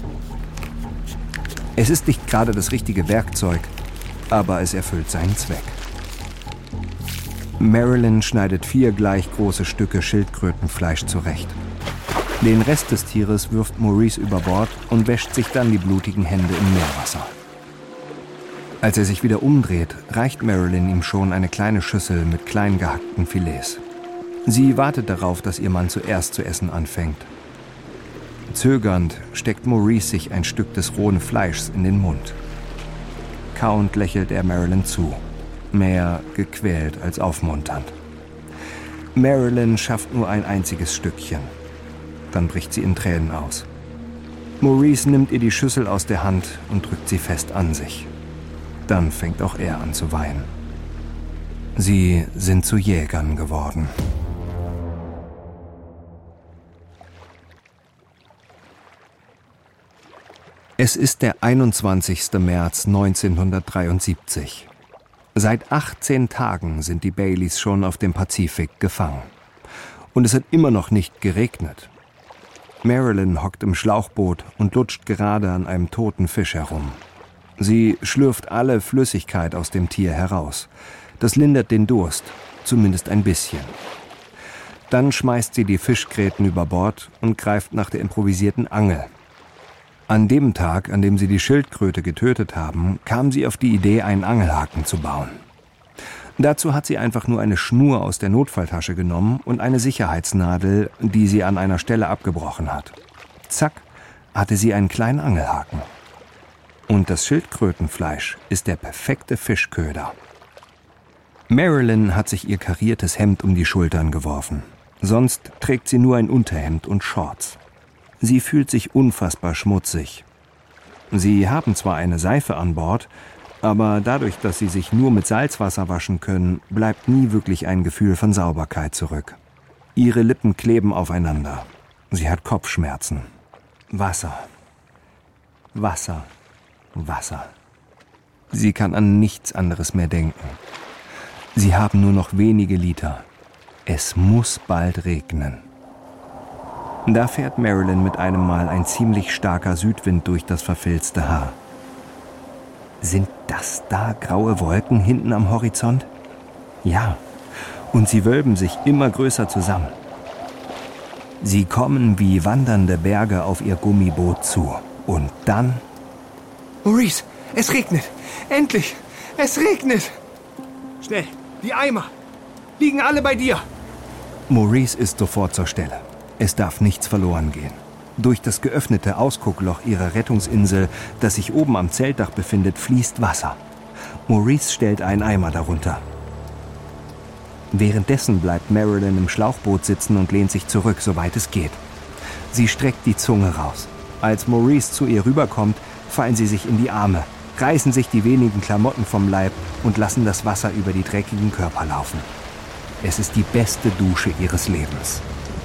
Es ist nicht gerade das richtige Werkzeug, aber es erfüllt seinen Zweck. Marilyn schneidet 4 gleich große Stücke Schildkrötenfleisch zurecht. Den Rest des Tieres wirft Maurice über Bord und wäscht sich dann die blutigen Hände im Meerwasser. Als er sich wieder umdreht, reicht Marilyn ihm schon eine kleine Schüssel mit klein gehackten Filets. Sie wartet darauf, dass ihr Mann zuerst zu essen anfängt. Zögernd steckt Maurice sich ein Stück des rohen Fleischs in den Mund. Kauend lächelt er Marilyn zu, mehr gequält als aufmunternd. Marilyn schafft nur ein einziges Stückchen. Dann bricht sie in Tränen aus. Maurice nimmt ihr die Schüssel aus der Hand und drückt sie fest an sich. Dann fängt auch er an zu weinen. Sie sind zu Jägern geworden. Es ist der 21. März 1973. Seit 18 Tagen sind die Baileys schon auf dem Pazifik gefangen. Und es hat immer noch nicht geregnet. Marilyn hockt im Schlauchboot und lutscht gerade an einem toten Fisch herum. Sie schlürft alle Flüssigkeit aus dem Tier heraus. Das lindert den Durst, zumindest ein bisschen. Dann schmeißt sie die Fischgräten über Bord und greift nach der improvisierten Angel. An dem Tag, an dem sie die Schildkröte getötet haben, kam sie auf die Idee, einen Angelhaken zu bauen. Dazu hat sie einfach nur eine Schnur aus der Notfalltasche genommen und eine Sicherheitsnadel, die sie an einer Stelle abgebrochen hat. Zack, hatte sie einen kleinen Angelhaken. Und das Schildkrötenfleisch ist der perfekte Fischköder. Marilyn hat sich ihr kariertes Hemd um die Schultern geworfen. Sonst trägt sie nur ein Unterhemd und Shorts. Sie fühlt sich unfassbar schmutzig. Sie haben zwar eine Seife an Bord, aber dadurch, dass sie sich nur mit Salzwasser waschen können, bleibt nie wirklich ein Gefühl von Sauberkeit zurück. Ihre Lippen kleben aufeinander. Sie hat Kopfschmerzen. Wasser. Wasser. Wasser. Sie kann an nichts anderes mehr denken. Sie haben nur noch wenige Liter. Es muss bald regnen. Da fährt Marilyn mit einem Mal ein ziemlich starker Südwind durch das verfilzte Haar. Sind das da graue Wolken hinten am Horizont? Ja, und sie wölben sich immer größer zusammen. Sie kommen wie wandernde Berge auf ihr Gummiboot zu. Und dann... Maurice, es regnet. Endlich, es regnet. Schnell, die Eimer. Liegen alle bei dir. Maurice ist sofort zur Stelle. Es darf nichts verloren gehen. Durch das geöffnete Ausguckloch ihrer Rettungsinsel, das sich oben am Zeltdach befindet, fließt Wasser. Maurice stellt einen Eimer darunter. Währenddessen bleibt Marilyn im Schlauchboot sitzen und lehnt sich zurück, soweit es geht. Sie streckt die Zunge raus. Als Maurice zu ihr rüberkommt, fallen sie sich in die Arme, reißen sich die wenigen Klamotten vom Leib und lassen das Wasser über die dreckigen Körper laufen. Es ist die beste Dusche ihres Lebens.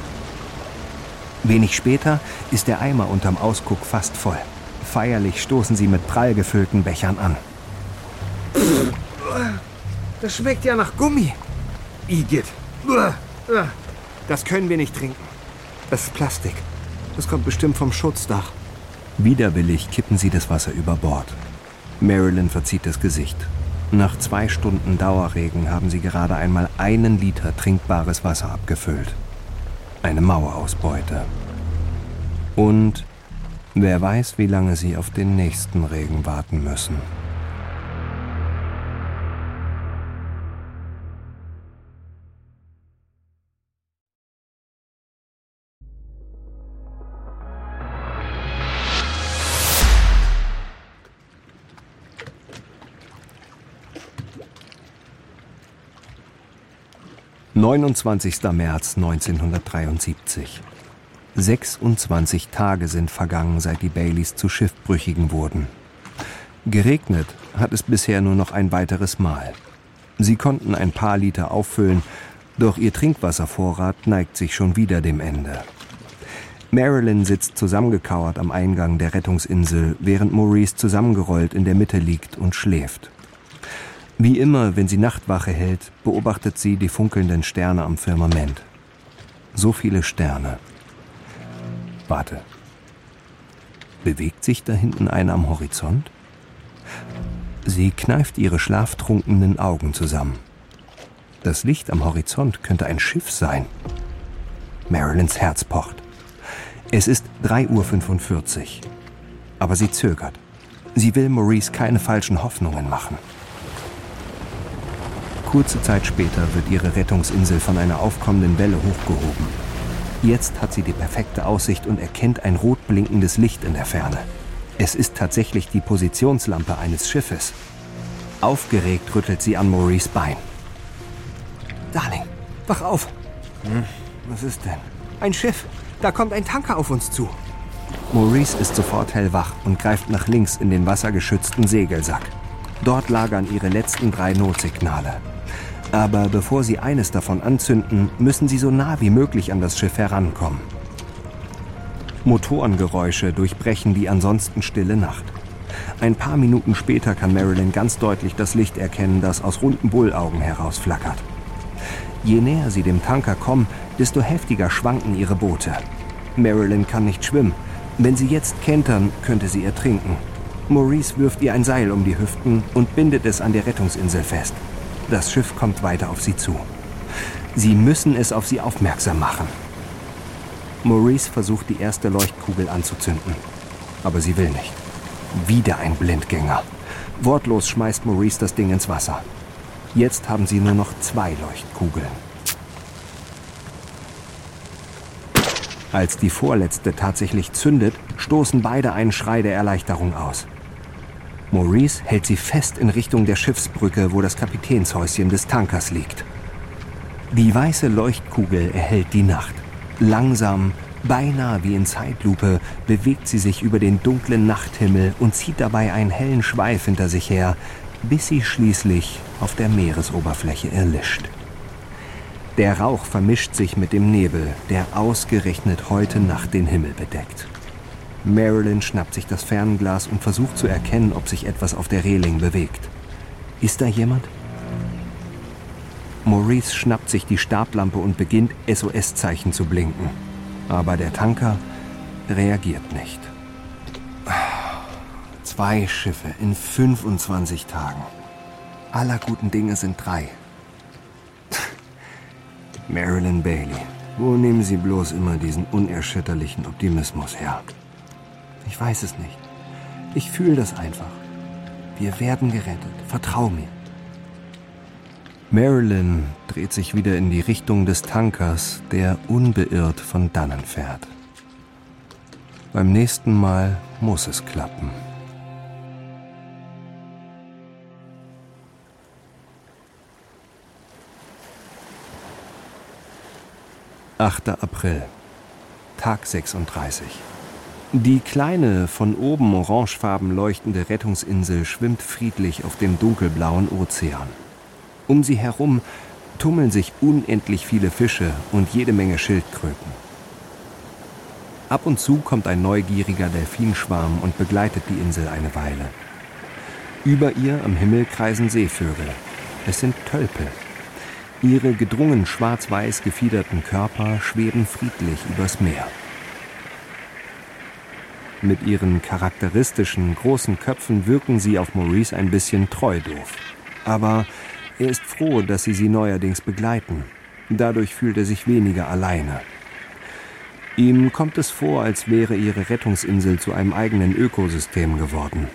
Wenig später ist der Eimer unterm Ausguck fast voll. Feierlich stoßen sie mit prall gefüllten Bechern an. Das schmeckt ja nach Gummi. Igitt. Das können wir nicht trinken. Das ist Plastik. Das kommt bestimmt vom Schutzdach. Widerwillig kippen sie das Wasser über Bord. Marilyn verzieht das Gesicht. Nach 2 Stunden Dauerregen haben sie gerade einmal 1 Liter trinkbares Wasser abgefüllt. Eine Mauerausbeute. Und wer weiß, wie lange sie auf den nächsten Regen warten müssen. »29. März 1973. 26 Tage sind vergangen, seit die Baileys zu Schiffbrüchigen wurden. Geregnet hat es bisher nur noch ein weiteres Mal. Sie konnten ein paar Liter auffüllen, doch ihr Trinkwasservorrat neigt sich schon wieder dem Ende. Marilyn sitzt zusammengekauert am Eingang der Rettungsinsel, während Maurice zusammengerollt in der Mitte liegt und schläft. Wie immer, wenn sie Nachtwache hält, beobachtet sie die funkelnden Sterne am Firmament. So viele Sterne. Warte. Bewegt sich da hinten einer am Horizont? Sie kneift ihre schlaftrunkenen Augen zusammen. Das Licht am Horizont könnte ein Schiff sein. Marilyns Herz pocht. Es ist 3:45 Uhr. Aber sie zögert. Sie will Maurice keine falschen Hoffnungen machen. Kurze Zeit später wird ihre Rettungsinsel von einer aufkommenden Welle hochgehoben. Jetzt hat sie die perfekte Aussicht und erkennt ein rot blinkendes Licht in der Ferne. Es ist tatsächlich die Positionslampe eines Schiffes. Aufgeregt rüttelt sie an Maurice' Bein. Darling, wach auf. Was ist denn? Ein Schiff. Da kommt ein Tanker auf uns zu. Maurice ist sofort hellwach und greift nach links in den wassergeschützten Segelsack. Dort lagern ihre letzten 3 Notsignale. Aber bevor sie eines davon anzünden, müssen sie so nah wie möglich an das Schiff herankommen. Motorengeräusche durchbrechen die ansonsten stille Nacht. Ein paar Minuten später kann Marilyn ganz deutlich das Licht erkennen, das aus runden Bullaugen herausflackert. Je näher sie dem Tanker kommen, desto heftiger schwanken ihre Boote. Marilyn kann nicht schwimmen. Wenn sie jetzt kentern, könnte sie ertrinken. Maurice wirft ihr ein Seil um die Hüften und bindet es an der Rettungsinsel fest. Das Schiff kommt weiter auf sie zu. Sie müssen es auf sie aufmerksam machen. Maurice versucht, die erste Leuchtkugel anzuzünden. Aber sie will nicht. Wieder ein Blindgänger. Wortlos schmeißt Maurice das Ding ins Wasser. Jetzt haben sie nur noch 2 Leuchtkugeln. Als die vorletzte tatsächlich zündet, stoßen beide einen Schrei der Erleichterung aus. Maurice hält sie fest in Richtung der Schiffsbrücke, wo das Kapitänshäuschen des Tankers liegt. Die weiße Leuchtkugel erhellt die Nacht. Langsam, beinahe wie in Zeitlupe, bewegt sie sich über den dunklen Nachthimmel und zieht dabei einen hellen Schweif hinter sich her, bis sie schließlich auf der Meeresoberfläche erlischt. Der Rauch vermischt sich mit dem Nebel, der ausgerechnet heute Nacht den Himmel bedeckt. Marilyn schnappt sich das Fernglas und versucht zu erkennen, ob sich etwas auf der Reling bewegt. Ist da jemand? Maurice schnappt sich die Stablampe und beginnt, SOS-Zeichen zu blinken. Aber der Tanker reagiert nicht. 2 Schiffe in 25 Tagen. Aller guten Dinge sind 3. Marilyn Bailey, wo nehmen Sie bloß immer diesen unerschütterlichen Optimismus her? Ich weiß es nicht. Ich fühle das einfach. Wir werden gerettet. Vertrau mir. Marilyn dreht sich wieder in die Richtung des Tankers, der unbeirrt von dannen fährt. Beim nächsten Mal muss es klappen. »8. April, Tag 36. Die kleine, von oben orangefarben leuchtende Rettungsinsel schwimmt friedlich auf dem dunkelblauen Ozean. Um sie herum tummeln sich unendlich viele Fische und jede Menge Schildkröten. Ab und zu kommt ein neugieriger Delfinschwarm und begleitet die Insel eine Weile. Über ihr am Himmel kreisen Seevögel. Es sind Tölpel. Ihre gedrungen schwarz-weiß gefiederten Körper schweben friedlich übers Meer. Mit ihren charakteristischen großen Köpfen wirken sie auf Maurice ein bisschen treudoof. Aber er ist froh, dass sie neuerdings begleiten. Dadurch fühlt er sich weniger alleine. Ihm kommt es vor, als wäre ihre Rettungsinsel zu einem eigenen Ökosystem geworden.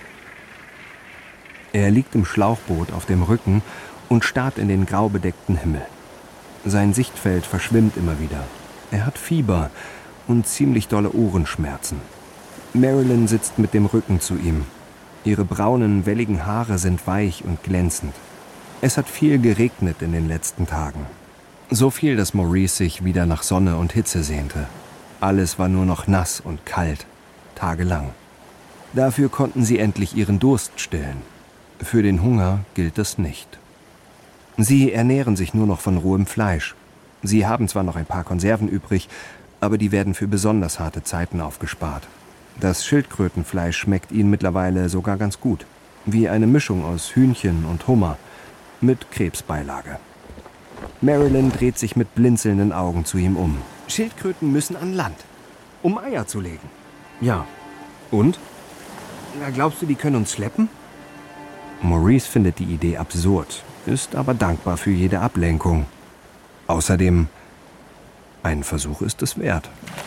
Er liegt im Schlauchboot auf dem Rücken und starrt in den grau bedeckten Himmel. Sein Sichtfeld verschwimmt immer wieder. Er hat Fieber und ziemlich dolle Ohrenschmerzen. Marilyn sitzt mit dem Rücken zu ihm. Ihre braunen, welligen Haare sind weich und glänzend. Es hat viel geregnet in den letzten Tagen. So viel, dass Maurice sich wieder nach Sonne und Hitze sehnte. Alles war nur noch nass und kalt, tagelang. Dafür konnten sie endlich ihren Durst stillen. Für den Hunger gilt das nicht. Sie ernähren sich nur noch von rohem Fleisch. Sie haben zwar noch ein paar Konserven übrig, aber die werden für besonders harte Zeiten aufgespart. Das Schildkrötenfleisch schmeckt ihnen mittlerweile sogar ganz gut. Wie eine Mischung aus Hühnchen und Hummer. Mit Krebsbeilage. Marilyn dreht sich mit blinzelnden Augen zu ihm um. Schildkröten müssen an Land, um Eier zu legen. Ja. Und? Na, glaubst du, die können uns schleppen? Maurice findet die Idee absurd, ist aber dankbar für jede Ablenkung. Außerdem, ein Versuch ist es wert.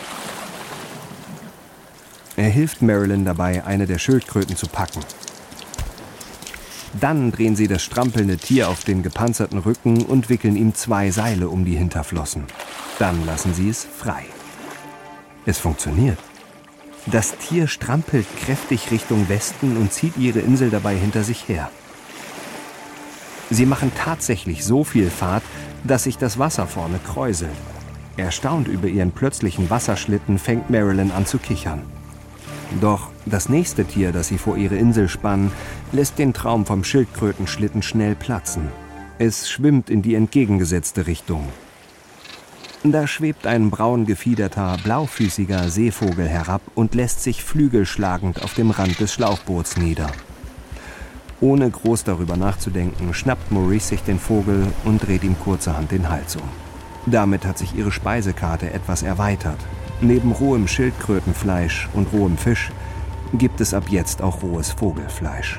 Er hilft Marilyn dabei, eine der Schildkröten zu packen. Dann drehen sie das strampelnde Tier auf den gepanzerten Rücken und wickeln ihm 2 Seile um die Hinterflossen. Dann lassen sie es frei. Es funktioniert. Das Tier strampelt kräftig Richtung Westen und zieht ihre Insel dabei hinter sich her. Sie machen tatsächlich so viel Fahrt, dass sich das Wasser vorne kräuselt. Erstaunt über ihren plötzlichen Wasserschlitten fängt Marilyn an zu kichern. Doch das nächste Tier, das sie vor ihre Insel spannen, lässt den Traum vom Schildkrötenschlitten schnell platzen. Es schwimmt in die entgegengesetzte Richtung. Da schwebt ein braun gefiederter, blaufüßiger Seevogel herab und lässt sich flügelschlagend auf dem Rand des Schlauchboots nieder. Ohne groß darüber nachzudenken, schnappt Maurice sich den Vogel und dreht ihm kurzerhand den Hals um. Damit hat sich ihre Speisekarte etwas erweitert. Neben rohem Schildkrötenfleisch und rohem Fisch gibt es ab jetzt auch rohes Vogelfleisch.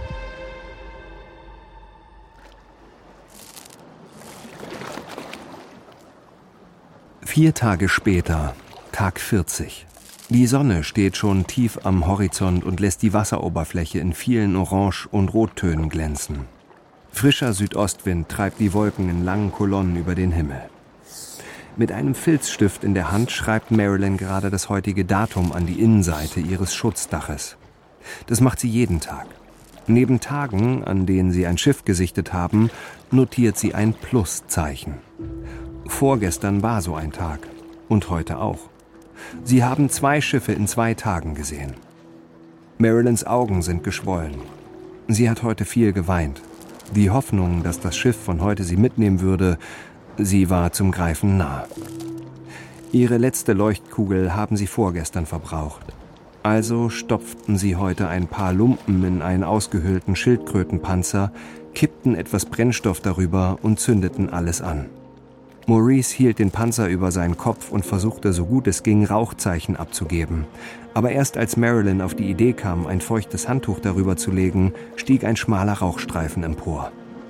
Vier Tage später, Tag 40. Die Sonne steht schon tief am Horizont und lässt die Wasseroberfläche in vielen Orange- und Rottönen glänzen. Frischer Südostwind treibt die Wolken in langen Kolonnen über den Himmel. Mit einem Filzstift in der Hand schreibt Marilyn gerade das heutige Datum an die Innenseite ihres Schutzdaches. Das macht sie jeden Tag. Neben Tagen, an denen sie ein Schiff gesichtet haben, notiert sie ein Pluszeichen. Vorgestern war so ein Tag. Und heute auch. Sie haben 2 Schiffe in 2 Tagen gesehen. Marilyns Augen sind geschwollen. Sie hat heute viel geweint. Die Hoffnung, dass das Schiff von heute sie mitnehmen würde, sie war zum Greifen nah. Ihre letzte Leuchtkugel haben sie vorgestern verbraucht. Also stopften sie heute ein paar Lumpen in einen ausgehöhlten Schildkrötenpanzer, kippten etwas Brennstoff darüber und zündeten alles an. Maurice hielt den Panzer über seinen Kopf und versuchte, so gut es ging, Rauchzeichen abzugeben. Aber erst als Marilyn auf die Idee kam, ein feuchtes Handtuch darüber zu legen, stieg ein schmaler Rauchstreifen empor.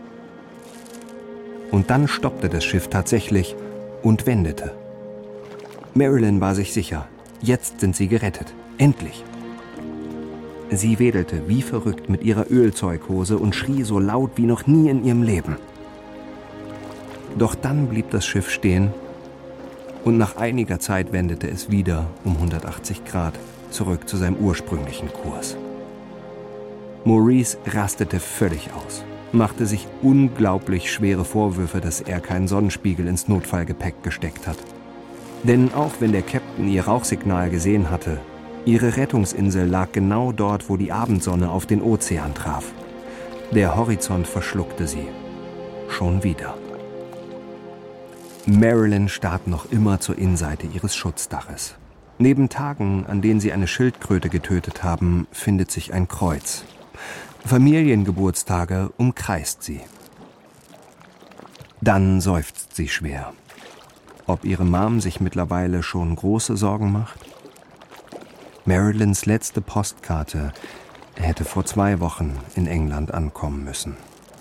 Und dann stoppte das Schiff tatsächlich und wendete. Marilyn war sich sicher, jetzt sind sie gerettet. Endlich. Sie wedelte wie verrückt mit ihrer Ölzeughose und schrie so laut wie noch nie in ihrem Leben. Doch dann blieb das Schiff stehen und nach einiger Zeit wendete es wieder um 180 Grad zurück zu seinem ursprünglichen Kurs. Maurice rastete völlig aus, machte sich unglaublich schwere Vorwürfe, dass er keinen Sonnenspiegel ins Notfallgepäck gesteckt hat. Denn auch wenn der Captain ihr Rauchsignal gesehen hatte, ihre Rettungsinsel lag genau dort, wo die Abendsonne auf den Ozean traf. Der Horizont verschluckte sie. Schon wieder. Marilyn starrt noch immer zur Innenseite ihres Schutzdaches. Neben Tagen, an denen sie eine Schildkröte getötet haben, findet sich ein Kreuz. Familiengeburtstage umkreist sie. Dann seufzt sie schwer. Ob ihre Mom sich mittlerweile schon große Sorgen macht? Marilyns letzte Postkarte hätte vor 2 Wochen in England ankommen müssen.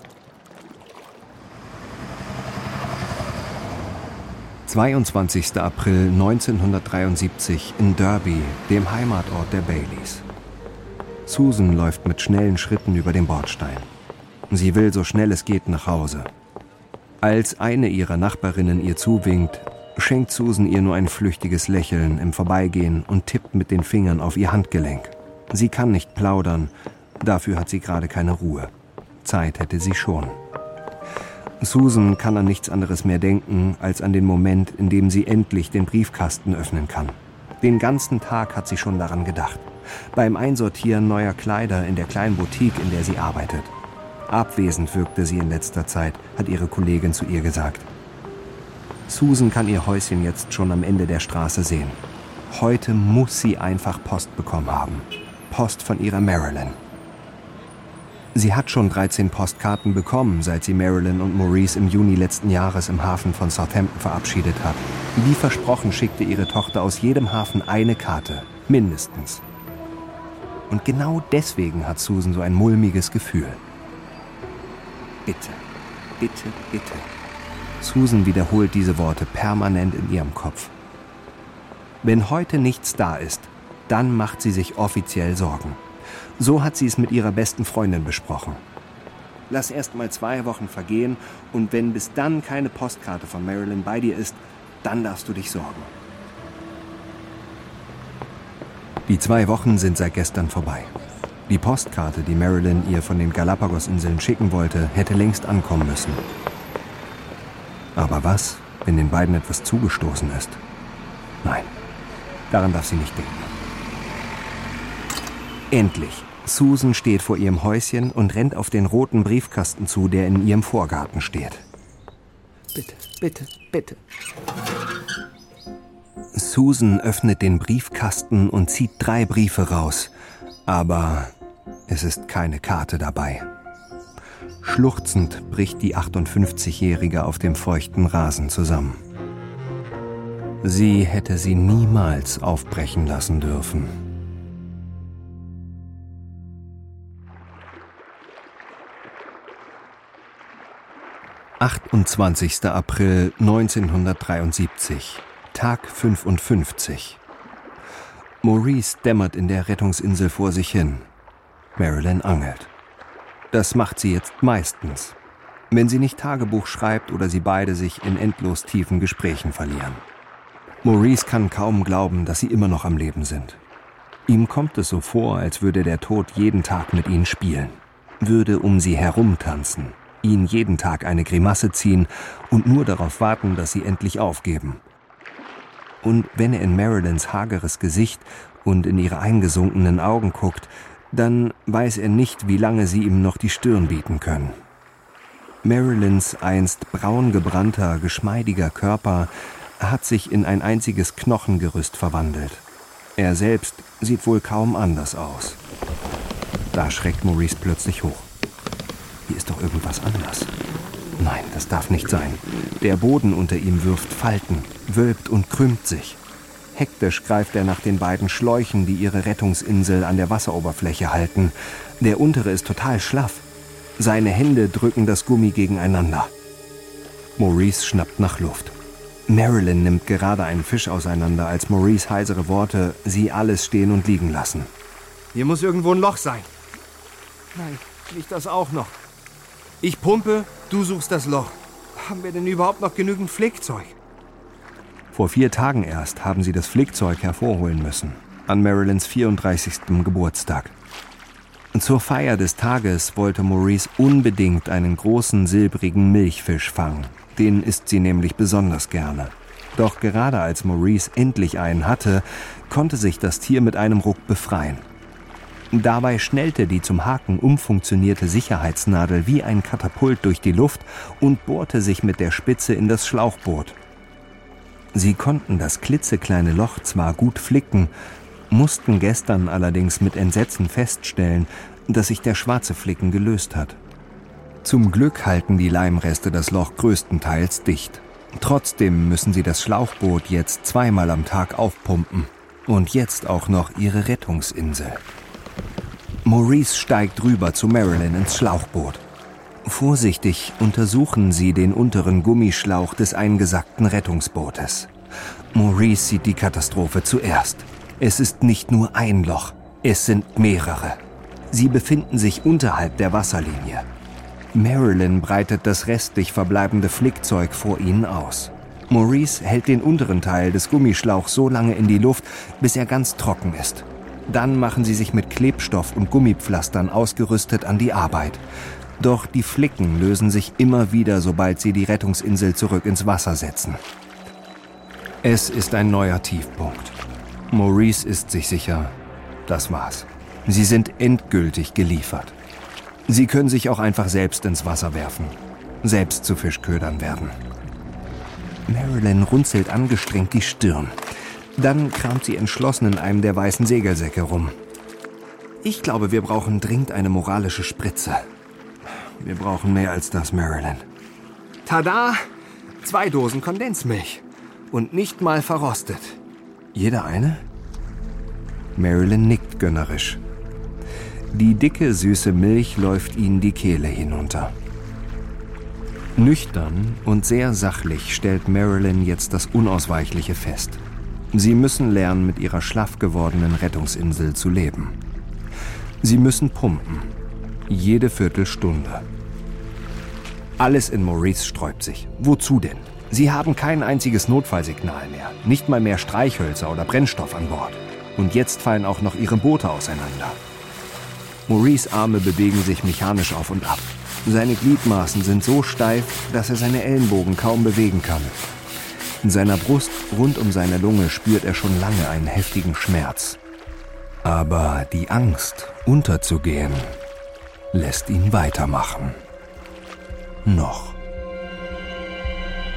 »22. April 1973 in Derby, dem Heimatort der Baileys. Susan läuft mit schnellen Schritten über den Bordstein. Sie will so schnell es geht nach Hause. Als eine ihrer Nachbarinnen ihr zuwinkt, schenkt Susan ihr nur ein flüchtiges Lächeln im Vorbeigehen und tippt mit den Fingern auf ihr Handgelenk. Sie kann nicht plaudern, dafür hat sie gerade keine Ruhe. Zeit hätte sie schon. Susan kann an nichts anderes mehr denken, als an den Moment, in dem sie endlich den Briefkasten öffnen kann. Den ganzen Tag hat sie schon daran gedacht. Beim Einsortieren neuer Kleider in der kleinen Boutique, in der sie arbeitet. Abwesend wirkte sie in letzter Zeit, hat ihre Kollegin zu ihr gesagt. Susan kann ihr Häuschen jetzt schon am Ende der Straße sehen. Heute muss sie einfach Post bekommen haben. Post von ihrer Marilyn. Sie hat schon 13 Postkarten bekommen, seit sie Marilyn und Maurice im Juni letzten Jahres im Hafen von Southampton verabschiedet hat. Wie versprochen schickte ihre Tochter aus jedem Hafen eine Karte, mindestens. Und genau deswegen hat Susan so ein mulmiges Gefühl. Bitte, bitte, bitte. Susan wiederholt diese Worte permanent in ihrem Kopf. Wenn heute nichts da ist, dann macht sie sich offiziell Sorgen. So hat sie es mit ihrer besten Freundin besprochen. Lass erst mal 2 Wochen vergehen und wenn bis dann keine Postkarte von Marilyn bei dir ist, dann darfst du dich sorgen. Die 2 Wochen sind seit gestern vorbei. Die Postkarte, die Marilyn ihr von den Galapagos-Inseln schicken wollte, hätte längst ankommen müssen. Aber was, wenn den beiden etwas zugestoßen ist? Nein, daran darf sie nicht denken. Endlich. Susan steht vor ihrem Häuschen und rennt auf den roten Briefkasten zu, der in ihrem Vorgarten steht. Bitte, bitte, bitte. Susan öffnet den Briefkasten und zieht 3 Briefe raus. Aber es ist keine Karte dabei. Schluchzend bricht die 58-Jährige auf dem feuchten Rasen zusammen. Sie hätte sie niemals aufbrechen lassen dürfen. »28. April 1973, Tag 55. Maurice dämmert in der Rettungsinsel vor sich hin. Marilyn angelt. Das macht sie jetzt meistens, wenn sie nicht Tagebuch schreibt oder sie beide sich in endlos tiefen Gesprächen verlieren. Maurice kann kaum glauben, dass sie immer noch am Leben sind. Ihm kommt es so vor, als würde der Tod jeden Tag mit ihnen spielen, würde um sie herumtanzen, ihnen jeden Tag eine Grimasse ziehen und nur darauf warten, dass sie endlich aufgeben. Und wenn er in Marilyns hageres Gesicht und in ihre eingesunkenen Augen guckt, dann weiß er nicht, wie lange sie ihm noch die Stirn bieten können. Marilyns einst braun gebrannter, geschmeidiger Körper hat sich in ein einziges Knochengerüst verwandelt. Er selbst sieht wohl kaum anders aus. Da schreckt Maurice plötzlich hoch. Hier ist doch irgendwas anders. Nein, das darf nicht sein. Der Boden unter ihm wirft Falten, wölbt und krümmt sich. Hektisch greift er nach den beiden Schläuchen, die ihre Rettungsinsel an der Wasseroberfläche halten. Der untere ist total schlaff. Seine Hände drücken das Gummi gegeneinander. Maurice schnappt nach Luft. Marilyn nimmt gerade einen Fisch auseinander, als Maurice heisere Worte sie alles stehen und liegen lassen. Hier muss irgendwo ein Loch sein. Nein, nicht das auch noch. Ich pumpe, du suchst das Loch. Haben wir denn überhaupt noch genügend Flickzeug? Vor 4 Tagen erst haben sie das Flickzeug hervorholen müssen, an Marilyns 34. Geburtstag. Zur Feier des Tages wollte Maurice unbedingt einen großen silbrigen Milchfisch fangen. Den isst sie nämlich besonders gerne. Doch gerade als Maurice endlich einen hatte, konnte sich das Tier mit einem Ruck befreien. Dabei schnellte die zum Haken umfunktionierte Sicherheitsnadel wie ein Katapult durch die Luft und bohrte sich mit der Spitze in das Schlauchboot. Sie konnten das klitzekleine Loch zwar gut flicken, mussten gestern allerdings mit Entsetzen feststellen, dass sich der schwarze Flicken gelöst hat. Zum Glück halten die Leimreste das Loch größtenteils dicht. Trotzdem müssen sie das Schlauchboot jetzt 2-mal am Tag aufpumpen. Und jetzt auch noch ihre Rettungsinsel. Maurice steigt rüber zu Marilyn ins Schlauchboot. Vorsichtig untersuchen sie den unteren Gummischlauch des eingesackten Rettungsbootes. Maurice sieht die Katastrophe zuerst. Es ist nicht nur ein Loch, es sind mehrere. Sie befinden sich unterhalb der Wasserlinie. Marilyn breitet das restlich verbleibende Flickzeug vor ihnen aus. Maurice hält den unteren Teil des Gummischlauchs so lange in die Luft, bis er ganz trocken ist. Dann machen sie sich mit Klebstoff und Gummipflastern ausgerüstet an die Arbeit. Doch die Flicken lösen sich immer wieder, sobald sie die Rettungsinsel zurück ins Wasser setzen. Es ist ein neuer Tiefpunkt. Maurice ist sich sicher, das war's. Sie sind endgültig geliefert. Sie können sich auch einfach selbst ins Wasser werfen, selbst zu Fischködern werden. Marilyn runzelt angestrengt die Stirn. Dann kramt sie entschlossen in einem der weißen Segelsäcke rum. Ich glaube, wir brauchen dringend eine moralische Spritze. Wir brauchen mehr als das, Marilyn. Tada! 2 Dosen Kondensmilch. Und nicht mal verrostet. Jeder eine? Marilyn nickt gönnerisch. Die dicke, süße Milch läuft ihnen die Kehle hinunter. Nüchtern und sehr sachlich stellt Marilyn jetzt das Unausweichliche fest. Sie müssen lernen, mit ihrer schlaff gewordenen Rettungsinsel zu leben. Sie müssen pumpen. Jede Viertelstunde. Alles in Maurice sträubt sich. Wozu denn? Sie haben kein einziges Notfallsignal mehr. Nicht mal mehr Streichhölzer oder Brennstoff an Bord. Und jetzt fallen auch noch ihre Boote auseinander. Maurice' Arme bewegen sich mechanisch auf und ab. Seine Gliedmaßen sind so steif, dass er seine Ellenbogen kaum bewegen kann. In seiner Brust, rund um seine Lunge, spürt er schon lange einen heftigen Schmerz. Aber die Angst, unterzugehen, lässt ihn weitermachen. Noch.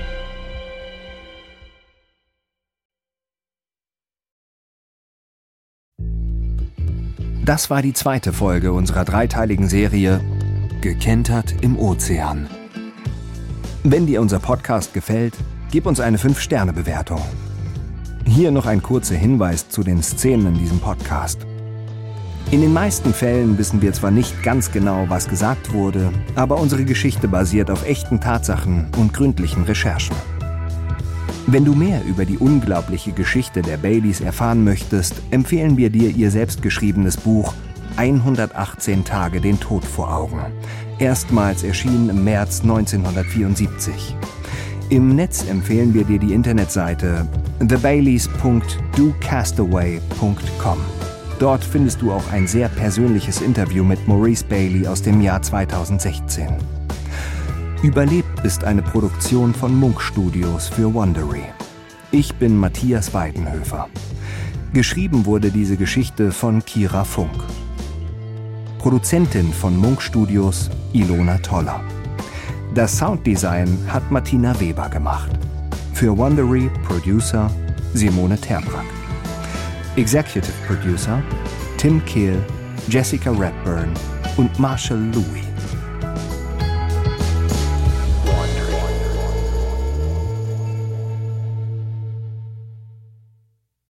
Das war die 2. Folge unserer 3-teiligen Serie Gekentert im Ozean. Wenn dir unser Podcast gefällt, gib uns eine 5-Sterne-Bewertung. Hier noch ein kurzer Hinweis zu den Szenen in diesem Podcast. In den meisten Fällen wissen wir zwar nicht ganz genau, was gesagt wurde, aber unsere Geschichte basiert auf echten Tatsachen und gründlichen Recherchen. Wenn du mehr über die unglaubliche Geschichte der Baileys erfahren möchtest, empfehlen wir dir ihr selbstgeschriebenes Buch 118 Tage den Tod vor Augen. Erstmals erschienen im März 1974. Im Netz empfehlen wir dir die Internetseite thebaileys.docastaway.com. Dort findest du auch ein sehr persönliches Interview mit Maurice Bailey aus dem Jahr 2016. Überlebt ist eine Produktion von Munk Studios für Wondery. Ich bin Matthias Weidenhöfer. Geschrieben wurde diese Geschichte von Kira Funk. Produzentin von Munk Studios Ilona Toller. Das Sounddesign hat Martina Weber gemacht. Für Wondery Producer Simone Terbrack. Executive Producer Tim Kehl, Jessica Redburn und Marshall Louis.